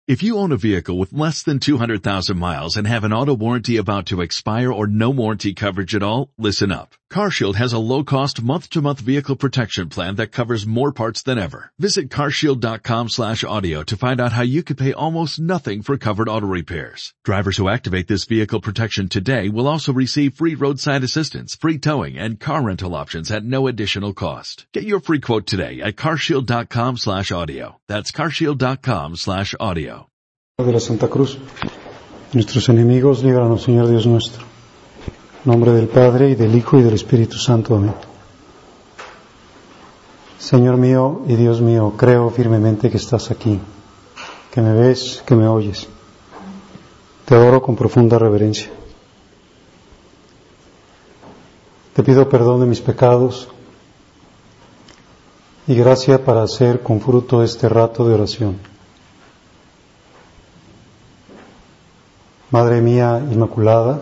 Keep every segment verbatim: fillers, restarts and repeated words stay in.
If you own a vehicle with less than two hundred thousand miles and have an auto warranty about to expire or no warranty coverage at all, listen up. CarShield has a low-cost month-to-month vehicle protection plan that covers more parts than ever. Visit carshield.com slash audio to find out how you could pay almost nothing for covered auto repairs. Drivers who activate this vehicle protection today will also receive free roadside assistance, free towing, and car rental options at no additional cost. Get your free quote today at carshield.com slash audio. That's carshield.com slash audio. De la Santa Cruz, nuestros enemigos, líbranos, Señor Dios nuestro. En nombre del Padre, y del Hijo, y del Espíritu Santo. Amén. Señor mío y Dios mío, creo firmemente que estás aquí, que me ves, que me oyes. Te adoro con profunda reverencia. Te pido perdón de mis pecados y gracia para hacer con fruto este rato de oración. Madre mía Inmaculada,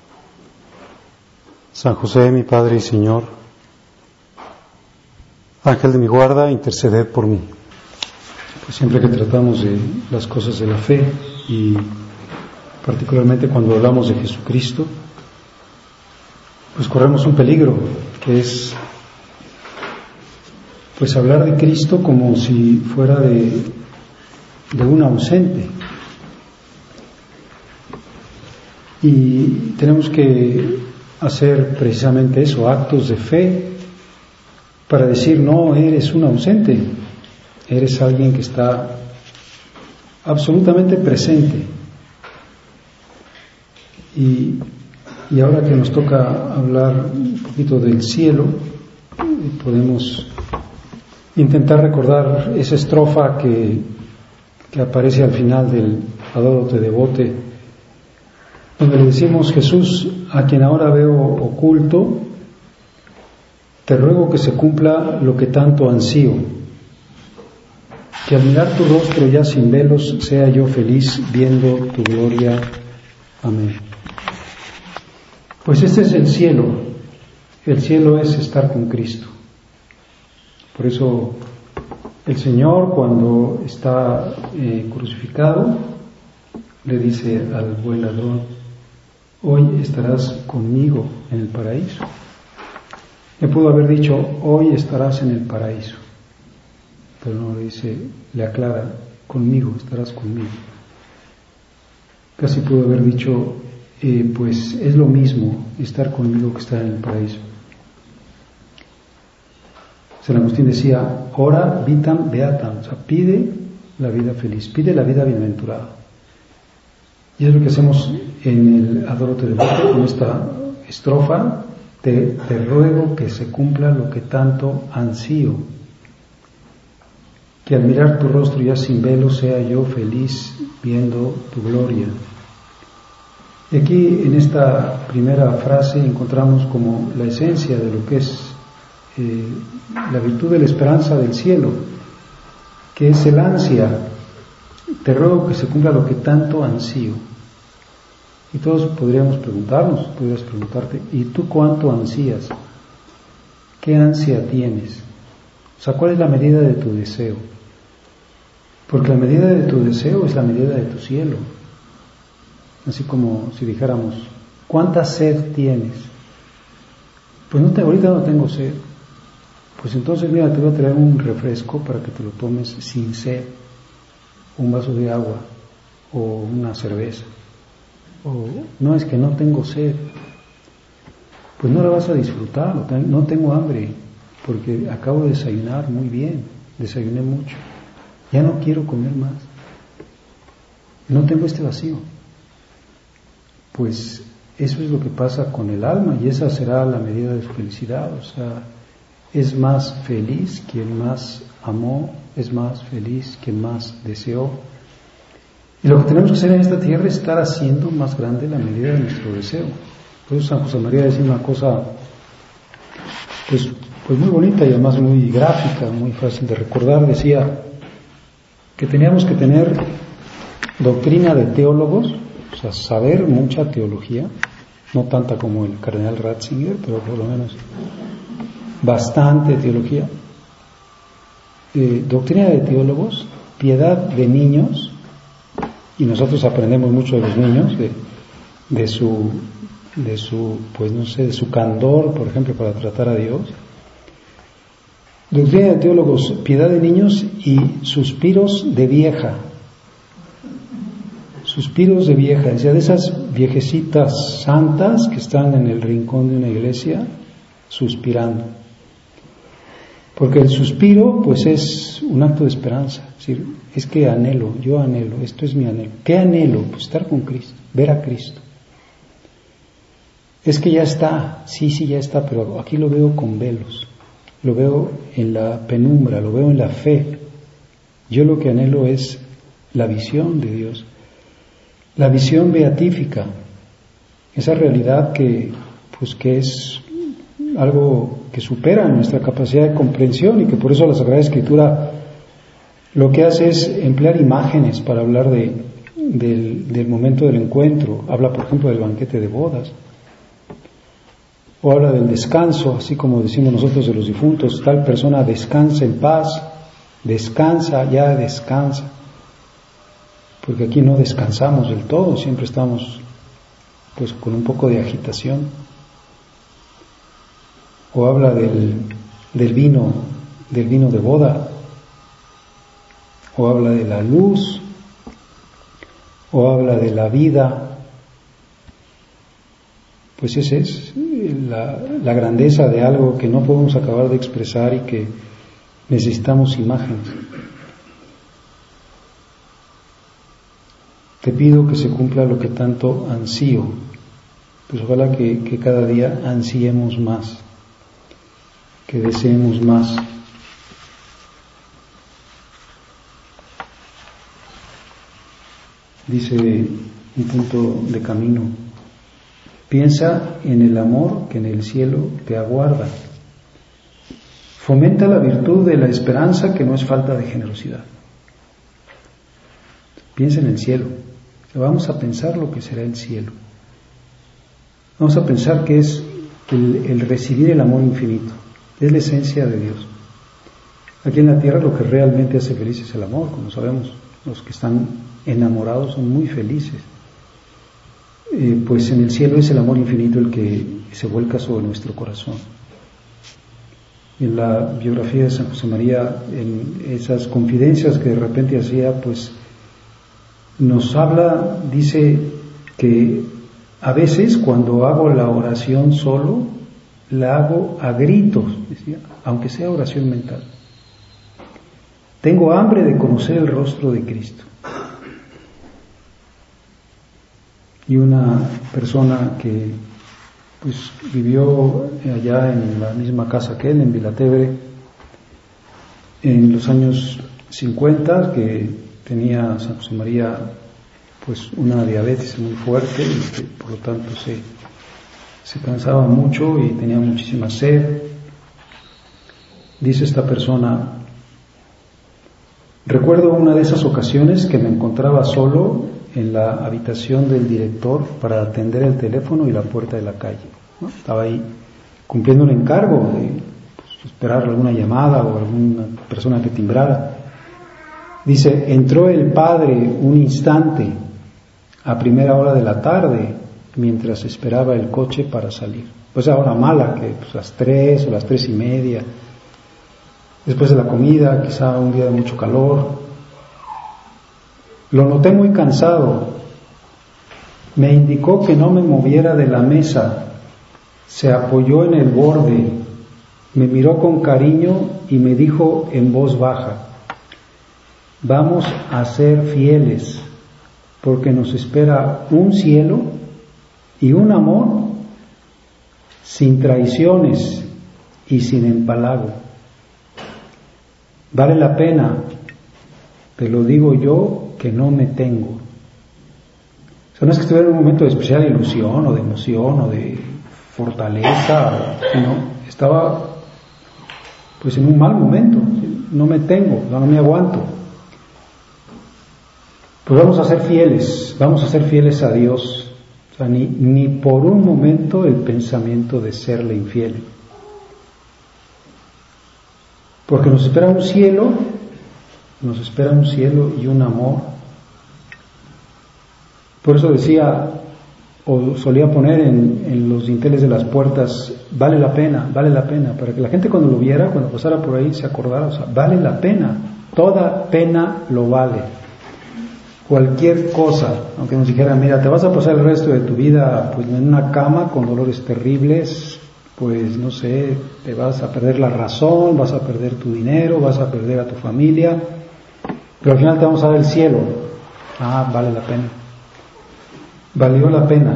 San José, mi Padre y Señor, Ángel de mi guarda, interceded por mí. Pues siempre que tratamos de las cosas de la fe, y particularmente cuando hablamos de Jesucristo, pues corremos un peligro, que es pues hablar de Cristo como si fuera de, de un ausente. Y tenemos que hacer precisamente eso, actos de fe, para decir, no eres un ausente, eres alguien que está absolutamente presente. Y, y ahora que nos toca hablar un poquito del cielo, podemos intentar recordar esa estrofa que, que aparece al final del Adoro te devote, donde le decimos: Jesús, a quien ahora veo oculto, te ruego que se cumpla lo que tanto ansío, que al mirar tu rostro ya sin velos sea yo feliz viendo tu gloria. Amén. Pues este es el cielo. El cielo es estar con Cristo. Por eso el Señor, cuando está eh, crucificado, le dice al buen ladrón: hoy estarás conmigo en el paraíso. Le pudo haber dicho: hoy estarás en el paraíso, pero no, le dice, le aclara: conmigo, estarás conmigo. Casi pudo haber dicho, eh, pues es lo mismo estar conmigo que estar en el paraíso. San Agustín decía: ora vitam beatam, o sea, pide la vida feliz, pide la vida bienaventurada. Y es lo que hacemos en el Adoro te devote, con esta estrofa: te, te ruego que se cumpla lo que tanto ansío, que al mirar tu rostro ya sin velo sea yo feliz viendo tu gloria. Y aquí en esta primera frase encontramos como la esencia de lo que es eh, la virtud de la esperanza del cielo, que es el ansia. Te ruego que se cumpla lo que tanto ansío. Y todos podríamos preguntarnos, podrías preguntarte: ¿y tú cuánto ansías? ¿Qué ansia tienes? O sea, ¿cuál es la medida de tu deseo? Porque la medida de tu deseo es la medida de tu cielo. Así como si dijéramos: ¿cuánta sed tienes? Pues no te, ahorita no tengo sed. Pues entonces mira, te voy a traer un refresco para que te lo tomes sin sed, un vaso de agua o una cerveza. O no, es que no tengo sed. Pues no la vas a disfrutar. No tengo hambre porque acabo de desayunar muy bien, desayuné mucho, ya no quiero comer más, no tengo este vacío. Pues eso es lo que pasa con el alma, y esa será la medida de su felicidad. O sea, es más feliz quien más amó, es más feliz quien más deseó. Y lo que tenemos que hacer en esta tierra es estar haciendo más grande la medida de nuestro deseo. Por eso San José María decía una cosa pues, pues muy bonita y además muy gráfica, muy fácil de recordar. Decía que teníamos que tener doctrina de teólogos, o sea, saber mucha teología, no tanta como el cardenal Ratzinger, pero por lo menos bastante teología, eh, doctrina de teólogos, piedad de niños y nosotros aprendemos mucho de los niños, de, de su, de su, pues no sé, de su candor, por ejemplo, para tratar a Dios. Doctrina de teólogos, piedad de niños y suspiros de vieja. Suspiros de vieja, o sea, de esas viejecitas santas que están en el rincón de una iglesia suspirando. Porque el suspiro, pues, es un acto de esperanza. Es decir, es que anhelo, yo anhelo, esto es mi anhelo. ¿Qué anhelo? Pues estar con Cristo, ver a Cristo. Es que ya está, sí, sí, ya está, pero aquí lo veo con velos. Lo veo en la penumbra, lo veo en la fe. Yo lo que anhelo es la visión de Dios. La visión beatífica, esa realidad que, pues, que es algo que supera nuestra capacidad de comprensión y que por eso la Sagrada Escritura lo que hace es emplear imágenes para hablar de, del, del momento del encuentro. Habla, por ejemplo, del banquete de bodas, o habla del descanso, así como decimos nosotros de los difuntos, tal persona descansa en paz, descansa, ya descansa. Porque aquí no descansamos del todo, siempre estamos pues con un poco de agitación. O habla del, del vino, del vino de boda, o habla de la luz, o habla de la vida. Pues esa es la, la grandeza de algo que no podemos acabar de expresar y que necesitamos imágenes. Te pido que se cumpla lo que tanto ansío, pues ojalá que, que cada día ansiemos más, que deseemos más. Dice un punto de camino, piensa en el amor que en el cielo te aguarda. Fomenta la virtud de la esperanza, que no es falta de generosidad. Piensa en el cielo. Vamos a pensar lo que será el cielo. Vamos a pensar que es el, el recibir el amor infinito. Es la esencia de Dios. Aquí en la tierra lo que realmente hace feliz es el amor. Como sabemos, los que están enamorados son muy felices. Eh, pues en el cielo es el amor infinito el que se vuelca sobre nuestro corazón. En la biografía de San José María, en esas confidencias que de repente hacía, pues nos habla, dice que a veces cuando hago la oración solo, la hago a gritos, decía, aunque sea oración mental. Tengo hambre de conocer el rostro de Cristo. Y una persona que pues vivió allá en la misma casa que él, en Vilatebre, en los años cincuenta, que tenía San José María pues una diabetes muy fuerte y que por lo tanto se, se cansaba mucho y tenía muchísima sed. Dice esta persona, recuerdo una de esas ocasiones que me encontraba solo en la habitación del director para atender el teléfono y la puerta de la calle, ¿no? Estaba ahí cumpliendo un encargo de pues, esperar alguna llamada o alguna persona que timbrara. Dice, entró el padre un instante a primera hora de la tarde mientras esperaba el coche para salir. Pues a hora mala, que pues las tres o las tres y media, después de la comida, quizá un día de mucho calor. Lo noté muy cansado. Me indicó que no me moviera de la mesa. Se apoyó en el borde, me miró con cariño y me dijo en voz baja, vamos a ser fieles, porque nos espera un cielo y un amor sin traiciones y sin empalago. Vale la pena, te lo digo yo que no me tengo. O sea, no es que estuviera en un momento de especial ilusión o de emoción o de fortaleza, sino estaba pues en un mal momento, no me tengo, no me aguanto. Pues vamos a ser fieles, vamos a ser fieles a Dios. O sea, ni, ni por un momento el pensamiento de serle infiel. Porque nos espera un cielo, nos espera un cielo y un amor Por eso decía, o solía poner en, en los dinteles de las puertas, vale la pena, vale la pena, para que la gente cuando lo viera, cuando pasara por ahí, se acordara, o sea, vale la pena, toda pena lo vale. Cualquier cosa, aunque nos dijeran, mira, te vas a pasar el resto de tu vida pues en una cama con dolores terribles, pues no sé, te vas a perder la razón, vas a perder tu dinero, vas a perder a tu familia, pero al final te vamos a dar el cielo. Ah, vale la pena. Valió la pena.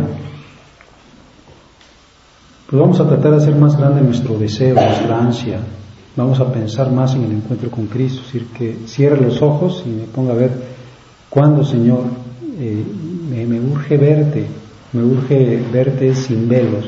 Pues vamos a tratar de hacer más grande nuestro deseo, nuestra ansia. Vamos a pensar más en el encuentro con Cristo, es decir, que cierre los ojos y me ponga a ver cuándo, Señor, eh, me, me urge verte, me urge verte sin velos.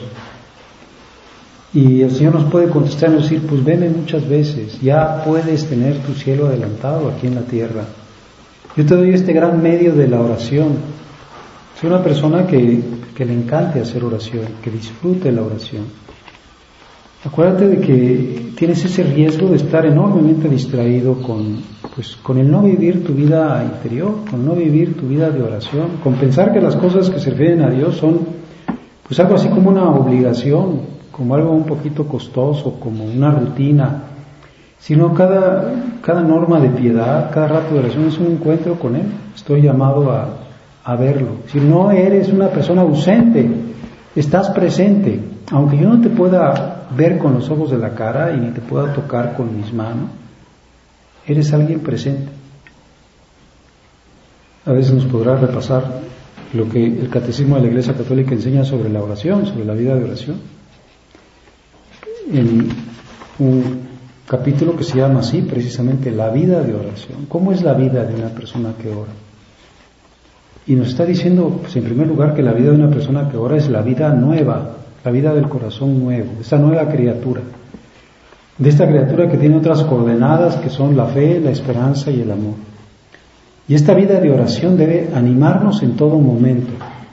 Y el Señor nos puede contestar y decir, pues veme muchas veces, ya puedes tener tu cielo adelantado aquí en la tierra. Yo te doy este gran medio de la oración. Soy una persona que, que le encante hacer oración, que disfrute la oración. Acuérdate de que tienes ese riesgo de estar enormemente distraído con, pues, con el no vivir tu vida interior, con no vivir tu vida de oración, con pensar que las cosas que se refieren a Dios son pues algo así como una obligación, como algo un poquito costoso, como una rutina, sino cada, cada norma de piedad, cada rato de oración es un encuentro con Él. Estoy llamado a, a verlo. Si no eres una persona ausente, estás presente, aunque yo no te pueda ver con los ojos de la cara y ni te pueda tocar con mis manos, eres alguien presente. A veces nos podrá repasar lo que el Catecismo de la Iglesia Católica enseña sobre la oración, sobre la vida de oración, en un capítulo que se llama así, precisamente, la vida de oración. ¿Cómo es la vida de una persona que ora? Y nos está diciendo, pues en primer lugar, que la vida de una persona que ora es la vida nueva, la vida del corazón nuevo, de esa nueva criatura, de esta criatura que tiene otras coordenadas que son la fe, la esperanza y el amor. Y esta vida de oración debe animarnos en todo momento.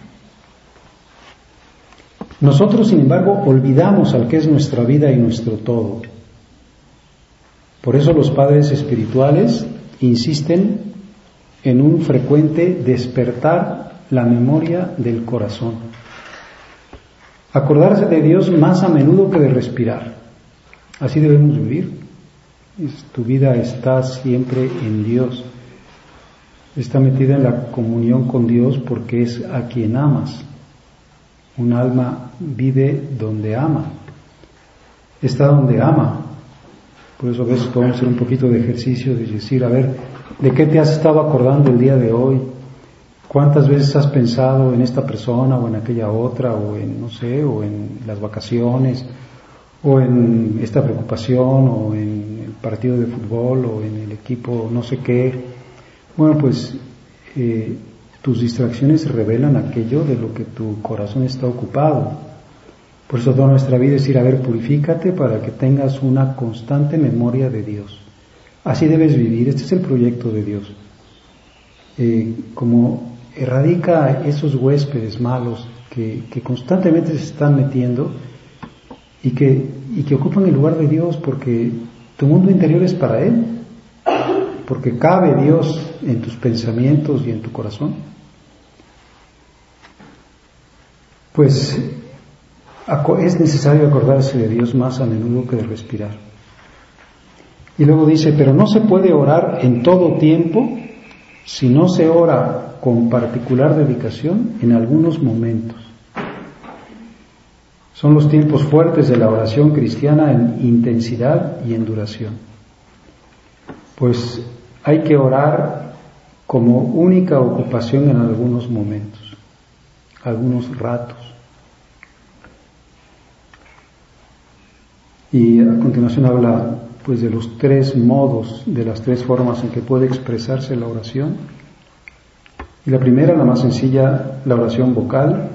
Nosotros, sin embargo, olvidamos al que es nuestra vida y nuestro todo. Por eso los padres espirituales insisten en un frecuente despertar la memoria del corazón. Acordarse de Dios más a menudo que de respirar. Así debemos vivir. Tu vida está siempre en Dios. Está metida en la comunión con Dios porque es a quien amas. Un alma vive donde ama. Está donde ama. Por eso a veces podemos hacer un poquito de ejercicio de decir, a ver, ¿de qué te has estado acordando el día de hoy? ¿Cuántas veces has pensado en esta persona o en aquella otra, o en, no sé, o en las vacaciones, o en esta preocupación, o en el partido de fútbol, o en el equipo no sé qué? Bueno, pues eh, tus distracciones revelan aquello de lo que tu corazón está ocupado. Por eso toda nuestra vida es ir a ver, purifícate para que tengas una constante memoria de Dios. Así debes vivir, este es el proyecto de Dios. Eh, como erradica esos huéspedes malos que, que constantemente se están metiendo y que, y que ocupan el lugar de Dios, porque tu mundo interior es para Él, porque cabe Dios en tus pensamientos y en tu corazón. Pues es necesario acordarse de Dios más a menudo que de respirar. Y luego dice, pero no se puede orar en todo tiempo si no se ora con particular dedicación en algunos momentos. Son los tiempos fuertes de la oración cristiana en intensidad y en duración. Pues hay que orar como única ocupación en algunos momentos, algunos ratos. Y a continuación habla pues de los tres modos, de las tres formas en que puede expresarse la oración. Y la primera, la más sencilla, la oración vocal,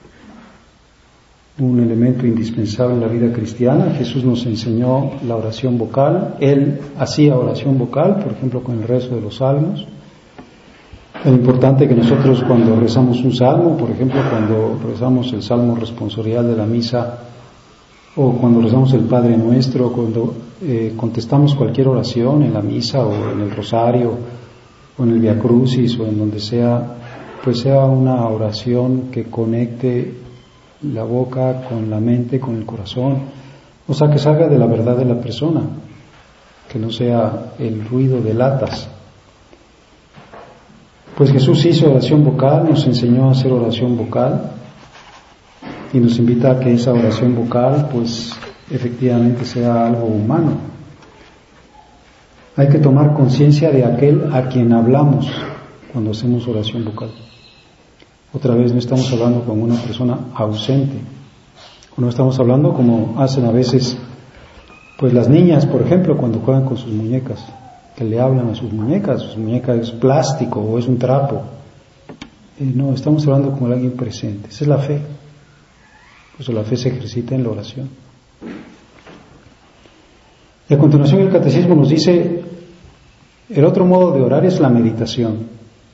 un elemento indispensable en la vida cristiana. Jesús nos enseñó la oración vocal. Él hacía oración vocal, por ejemplo, con el rezo de los salmos. Es importante que nosotros, cuando rezamos un salmo, por ejemplo, cuando rezamos el salmo responsorial de la misa, o cuando rezamos el Padre Nuestro, cuando eh, contestamos cualquier oración en la misa o en el rosario o en el Via Crucis o en donde sea, pues sea una oración que conecte la boca con la mente, con el corazón, o sea, que salga de la verdad de la persona, que no sea el ruido de latas. Pues Jesús hizo oración vocal, nos enseñó a hacer oración vocal y nos invita a que esa oración vocal pues efectivamente sea algo humano. Hay que tomar conciencia de aquel a quien hablamos cuando hacemos oración vocal. Otra vez no estamos hablando con una persona ausente, o no estamos hablando como hacen a veces pues las niñas, por ejemplo, cuando juegan con sus muñecas, que le hablan a sus muñecas, sus muñecas es plástico o es un trapo. Eh, no, estamos hablando como alguien presente. Esa es la fe. Por eso la fe se ejercita en la oración. Y a continuación el catecismo nos dice, el otro modo de orar es la meditación,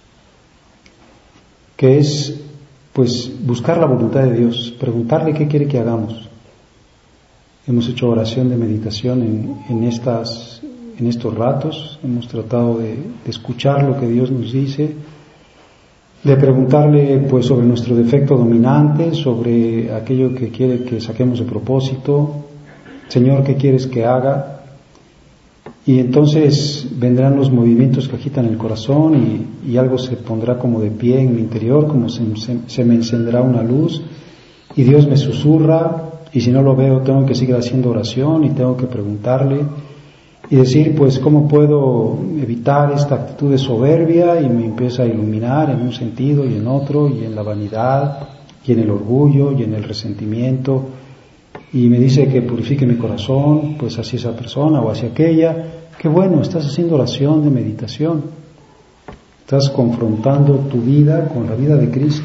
que es pues buscar la voluntad de Dios, preguntarle qué quiere que hagamos. Hemos hecho oración de meditación en, en, estas, en estos ratos, hemos tratado de, de escuchar lo que Dios nos dice, de preguntarle pues sobre nuestro defecto dominante, sobre aquello que quiere que saquemos de propósito. Señor, ¿qué quieres que haga? Y entonces vendrán los movimientos que agitan el corazón y, y algo se pondrá como de pie en mi interior, como se, se, se me encenderá una luz y Dios me susurra, y si no lo veo tengo que seguir haciendo oración y tengo que preguntarle y decir pues cómo puedo evitar esta actitud de soberbia, y me empieza a iluminar en un sentido y en otro, y en la vanidad y en el orgullo y en el resentimiento, y me dice que purifique mi corazón pues hacia esa persona o hacia aquella. Qué bueno, estás haciendo oración de meditación, estás confrontando tu vida con la vida de Cristo.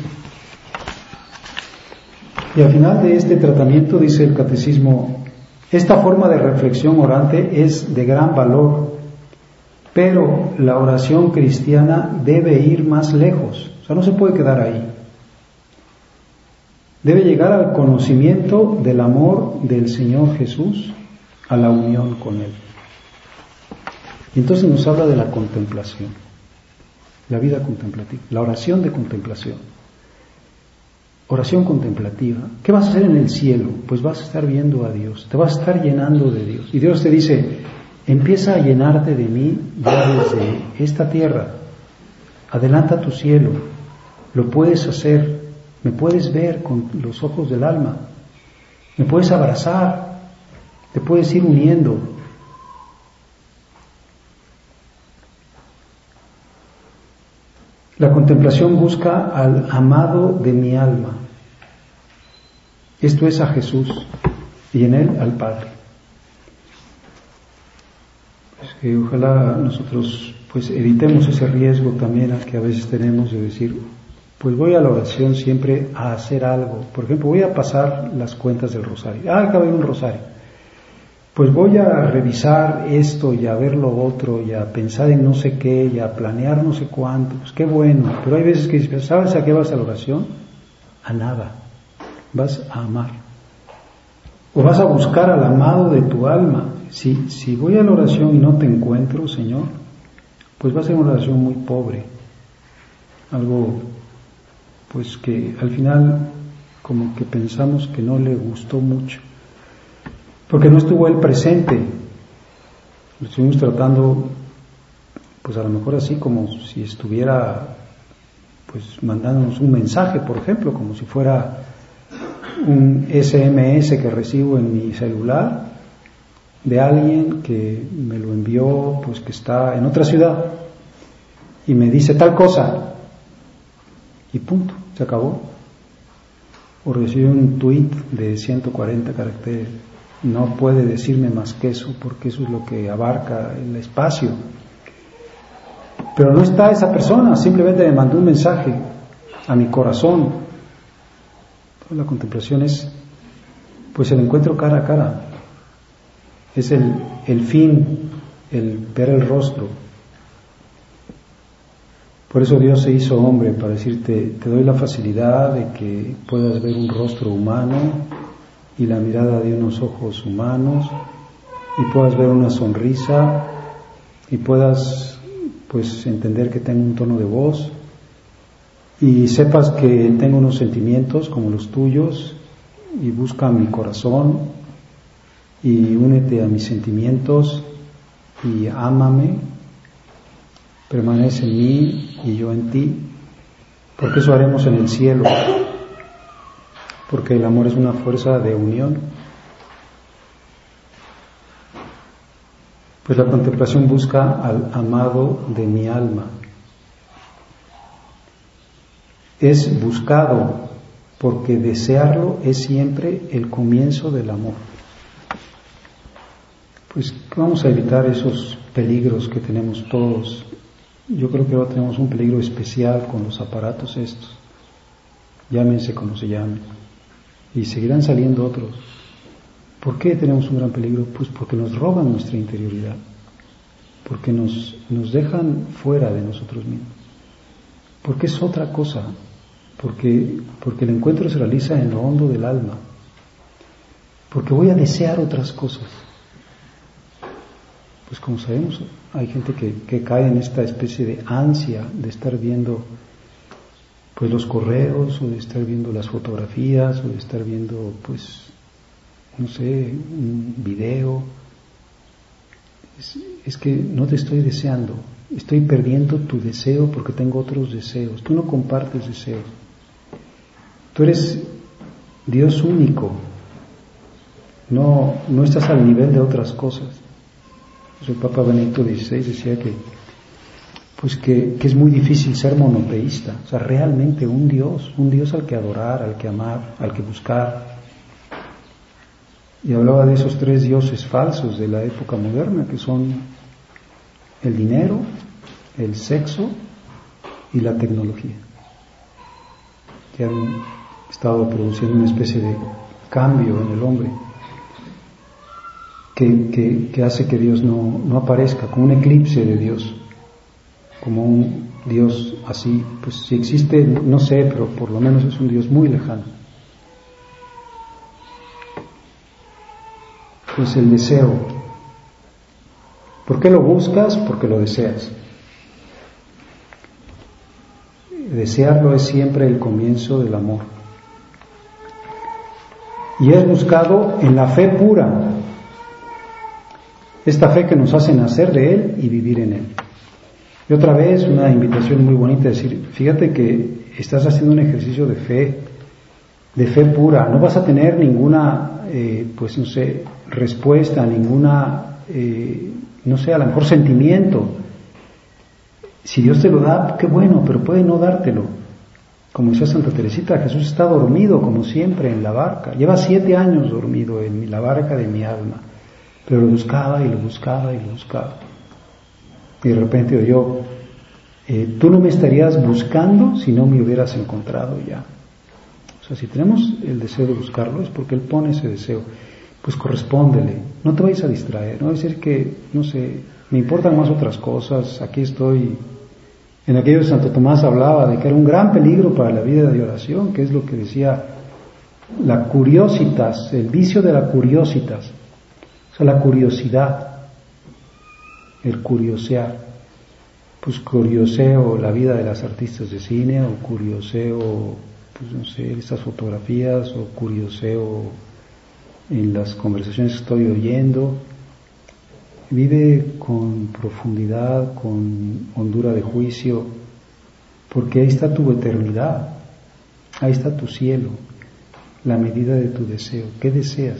Y al final de este tratamiento dice el catecismo, esta forma de reflexión orante es de gran valor, pero la oración cristiana debe ir más lejos, o sea, no se puede quedar ahí. Debe llegar al conocimiento del amor del Señor Jesús, a la unión con Él. Y entonces nos habla de la contemplación, la vida contemplativa, la oración de contemplación. Oración contemplativa. ¿Qué vas a hacer en el cielo? Pues vas a estar viendo a Dios, te vas a estar llenando de Dios. Y Dios te dice, empieza a llenarte de mí ya desde esta tierra. Adelanta tu cielo, lo puedes hacer, me puedes ver con los ojos del alma, me puedes abrazar, te puedes ir uniendo. La contemplación busca al amado de mi alma. Esto es a Jesús y en Él al Padre. Pues que ojalá nosotros pues evitemos ese riesgo también al que a veces tenemos de decir, pues voy a la oración siempre a hacer algo. Por ejemplo, voy a pasar las cuentas del rosario. Ah, acaba de un rosario. Pues voy a revisar esto y a ver lo otro y a pensar en no sé qué y a planear no sé cuánto. Pues qué bueno. Pero hay veces que dices, ¿sabes a qué vas a la oración? A nada. Vas a amar. O vas a buscar al amado de tu alma. Si, si voy a la oración y no te encuentro, Señor, pues va a ser una oración muy pobre. Algo, pues que al final como que pensamos que no le gustó mucho. Porque no estuvo Él presente. Lo estuvimos tratando, pues a lo mejor así como si estuviera, pues mandándonos un mensaje, por ejemplo, como si fuera un ese eme ese que recibo en mi celular de alguien que me lo envió, pues que está en otra ciudad y me dice tal cosa y punto, se acabó. O recibo un tweet de ciento cuarenta caracteres. No puede decirme más que eso, porque eso es lo que abarca el espacio. Pero no está esa persona, simplemente me mandó un mensaje a mi corazón. La contemplación es, pues, el encuentro cara a cara. Es el, el fin, el ver el rostro. Por eso Dios se hizo hombre, para decirte, te doy la facilidad de que puedas ver un rostro humano y la mirada de unos ojos humanos, y puedas ver una sonrisa y puedas pues entender que tengo un tono de voz, y sepas que tengo unos sentimientos como los tuyos y busca mi corazón y únete a mis sentimientos y ámame, permanece en mí y yo en ti, porque eso haremos en el cielo, porque el amor es una fuerza de unión. Pues la contemplación busca al amado de mi alma. Es buscado porque desearlo es siempre el comienzo del amor. Pues vamos a evitar esos peligros que tenemos todos. Yo creo que ahora tenemos un peligro especial con los aparatos estos, llámense como se llamen, y seguirán saliendo otros. ¿Por qué tenemos un gran peligro? Pues porque nos roban nuestra interioridad, porque nos, nos dejan fuera de nosotros mismos, porque es otra cosa, porque, porque el encuentro se realiza en lo hondo del alma, porque voy a desear otras cosas. Pues como sabemos, hay gente que, que cae en esta especie de ansia de estar viendo pues los correos, o de estar viendo las fotografías, o de estar viendo pues no sé, un video. Es, es que no te estoy deseando, estoy perdiendo tu deseo porque tengo otros deseos. Tú no compartes deseos. Tú eres Dios único, no, no estás al nivel de otras cosas. El Papa Benedicto dieciséis decía que pues que, que es muy difícil ser monoteísta, o sea, realmente un Dios, un Dios al que adorar, al que amar, al que buscar. Y hablaba de esos tres dioses falsos de la época moderna, que son el dinero, el sexo y la tecnología, que han estado produciendo una especie de cambio en el hombre, que, que, que hace que Dios no, no aparezca, como un eclipse de Dios, como un Dios así, pues si existe, no sé, pero por lo menos es un Dios muy lejano. Pues el deseo. ¿Por qué lo buscas? Porque lo deseas. Desearlo es siempre el comienzo del amor. Y es buscado en la fe pura. Esta fe que nos hace nacer de Él y vivir en Él. Y otra vez una invitación muy bonita, decir, fíjate que estás haciendo un ejercicio de fe, de fe pura. No vas a tener ninguna, eh, pues no sé, respuesta, ninguna, eh, no sé, a lo mejor sentimiento. Si Dios te lo da, qué bueno, pero puede no dártelo. Como decía Santa Teresita, Jesús está dormido como siempre en la barca. Lleva siete años dormido en la barca de mi alma, pero lo buscaba y lo buscaba y lo buscaba. Y de repente oyó, eh, tú no me estarías buscando si no me hubieras encontrado ya. O sea, si tenemos el deseo de buscarlo es porque Él pone ese deseo. Pues correspóndele, no te vayas a distraer, no decir que, no sé, me importan más otras cosas, aquí estoy. En aquello de Santo Tomás hablaba de que era un gran peligro para la vida de oración, que es lo que decía la curiositas, el vicio de la curiositas, o sea, la curiosidad, el curiosear. Pues curioseo la vida de las artistas de cine, o curioseo, pues no sé, estas fotografías, o curioseo en las conversaciones que estoy oyendo. Vive con profundidad, con hondura de juicio, porque ahí está tu eternidad, ahí está tu cielo, la medida de tu deseo. ¿Qué deseas?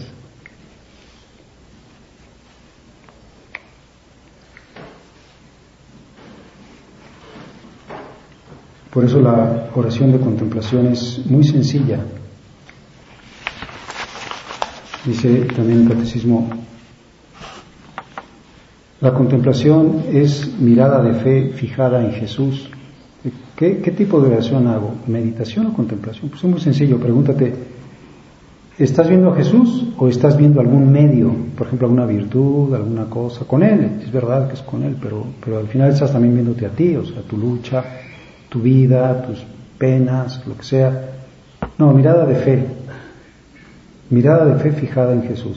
Por eso la oración de contemplación es muy sencilla. Dice también el Catecismo, la contemplación es mirada de fe fijada en Jesús. ¿Qué, qué tipo de oración hago? ¿Meditación o contemplación? Pues es muy sencillo, pregúntate, ¿estás viendo a Jesús o estás viendo algún medio? Por ejemplo, alguna virtud, alguna cosa. Con Él, es verdad que es con Él, pero, pero al final estás también viéndote a ti, o sea, tu lucha, tu vida, tus penas, lo que sea. No, mirada de fe. Mirada de fe fijada en Jesús.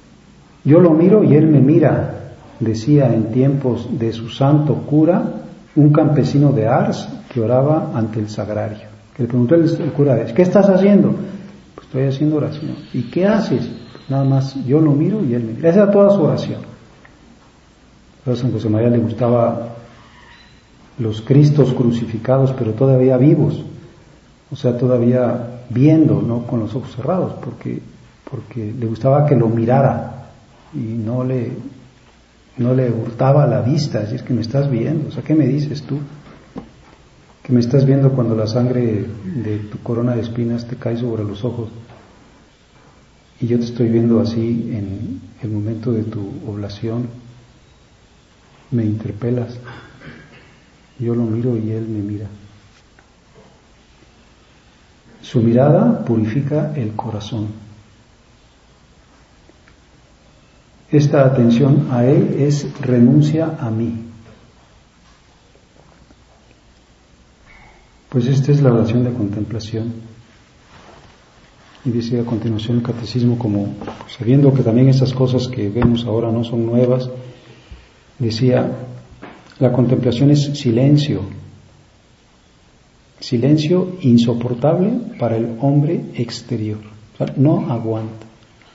Yo lo miro y Él me mira, decía en tiempos de su santo cura un campesino de Ars que oraba ante el sagrario. Que le preguntó el, el cura, ¿qué estás haciendo? Pues estoy haciendo oración. ¿Y qué haces? Nada más, yo lo miro y él me mira. Esa era toda su oración. A San José María le gustaba los Cristos crucificados, pero todavía vivos. O sea, todavía viendo, no con los ojos cerrados, porque, porque le gustaba que lo mirara y no le, no le hurtaba la vista. Así es que me estás viendo. O sea, ¿qué me dices tú? Que me estás viendo cuando la sangre de tu corona de espinas te cae sobre los ojos. Y yo te estoy viendo así en el momento de tu oblación. Me interpelas. Yo lo miro y él me mira. Su mirada purifica el corazón. Esta atención a él es renuncia a mí. Pues esta es la oración de contemplación. Y dice a continuación el catecismo, como sabiendo que también esas cosas que vemos ahora no son nuevas, decía, la contemplación es silencio, silencio insoportable para el hombre exterior. O sea, no aguanta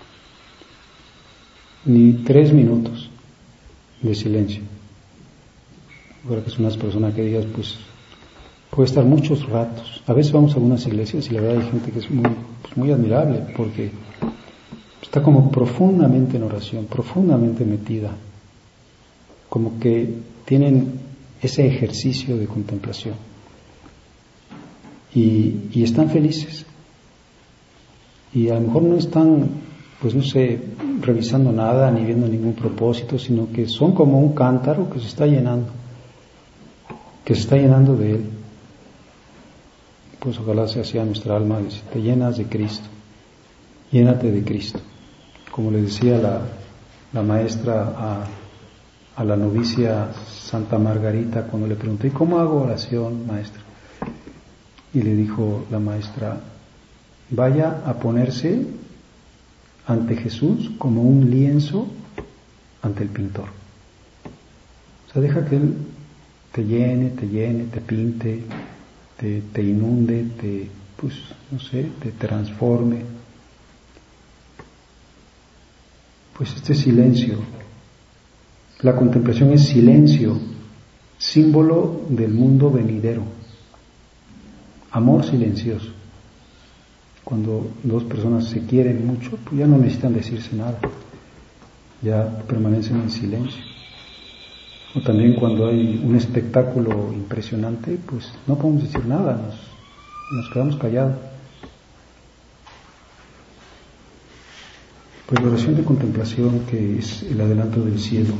ni tres minutos de silencio. Ahora que es una persona que digas, pues puede estar muchos ratos. A veces vamos a algunas iglesias y la verdad hay gente que es muy, pues muy admirable porque está como profundamente en oración, profundamente metida, como que tienen ese ejercicio de contemplación y, y están felices y a lo mejor no están, pues no sé, revisando nada ni viendo ningún propósito, sino que son como un cántaro que se está llenando, que se está llenando de él. Pues ojalá sea así a nuestra alma, si te llenas de Cristo, llénate de Cristo. Como le decía la, la maestra a, a la novicia Santa Margarita cuando le pregunté, ¿y cómo hago oración, maestra? Y le dijo la maestra, vaya a ponerse ante Jesús como un lienzo ante el pintor. O sea, deja que Él te llene, te llene, te pinte, Te, te inunde, te, pues, no sé, te transforme. Pues este silencio, la contemplación es silencio, símbolo del mundo venidero, amor silencioso. Cuando dos personas se quieren mucho, pues ya no necesitan decirse nada, ya permanecen en silencio. O también cuando hay un espectáculo impresionante, pues no podemos decir nada, nos, nos quedamos callados. Pues la oración de contemplación, que es el adelanto del cielo.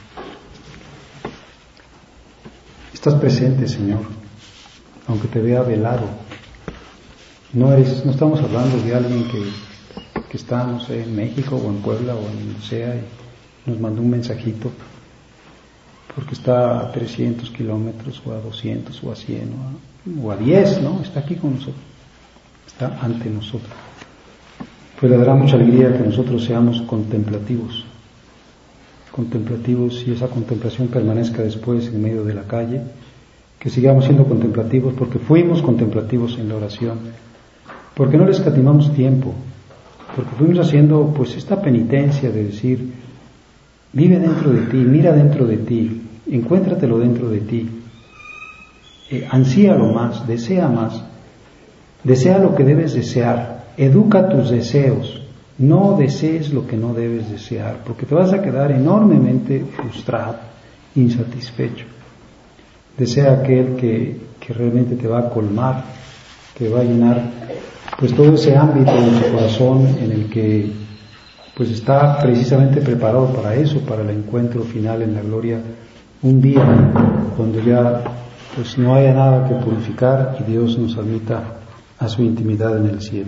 Estás presente, Señor, aunque te vea velado. No eres, no estamos hablando de alguien que, que está, no sé, en México o en Puebla o en donde sea y nos mandó un mensajito porque está a trescientos kilómetros o a doscientos o a cien o a, o a diez, ¿no? Está aquí con nosotros, está ante nosotros. Pues le dará mucha alegría que nosotros seamos contemplativos, contemplativos y esa contemplación permanezca después en medio de la calle, que sigamos siendo contemplativos porque fuimos contemplativos en la oración, porque no le escatimamos tiempo, porque fuimos haciendo pues esta penitencia de decir, vive dentro de ti, mira dentro de ti, encuéntratelo dentro de ti, eh, ansíalo más, desea más, desea lo que debes desear, educa tus deseos, no desees lo que no debes desear, porque te vas a quedar enormemente frustrado, insatisfecho. Desea aquel que, que realmente te va a colmar, que va a llenar pues todo ese ámbito de tu corazón en el que pues está precisamente preparado para eso, para el encuentro final en la gloria, un día cuando ya pues no haya nada que purificar y Dios nos admita a su intimidad en el cielo.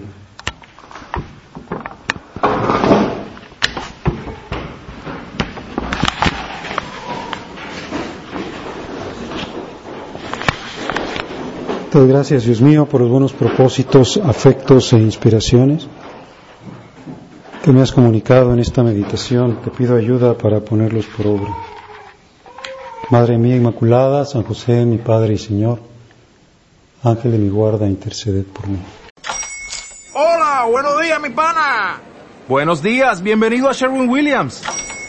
Te doy gracias, Dios mío, por los buenos propósitos, afectos e inspiraciones que me has comunicado en esta meditación. Te pido ayuda para ponerlos por obra. Madre mía Inmaculada, San José, mi Padre y Señor, Ángel de mi guarda, interceded por mí. Hola, buenos días, mi pana. Buenos días, bienvenido a Sherwin-Williams.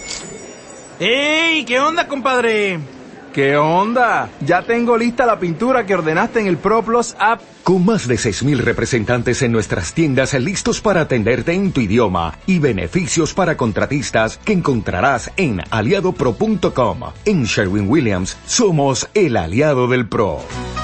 ¡Ey! ¿Qué onda, compadre? ¿Qué onda? Ya tengo lista la pintura que ordenaste en el ProPlus app. Con más de seis mil representantes en nuestras tiendas listos para atenderte en tu idioma y beneficios para contratistas que encontrarás en aliado pro punto com. En Sherwin-Williams somos el aliado del pro.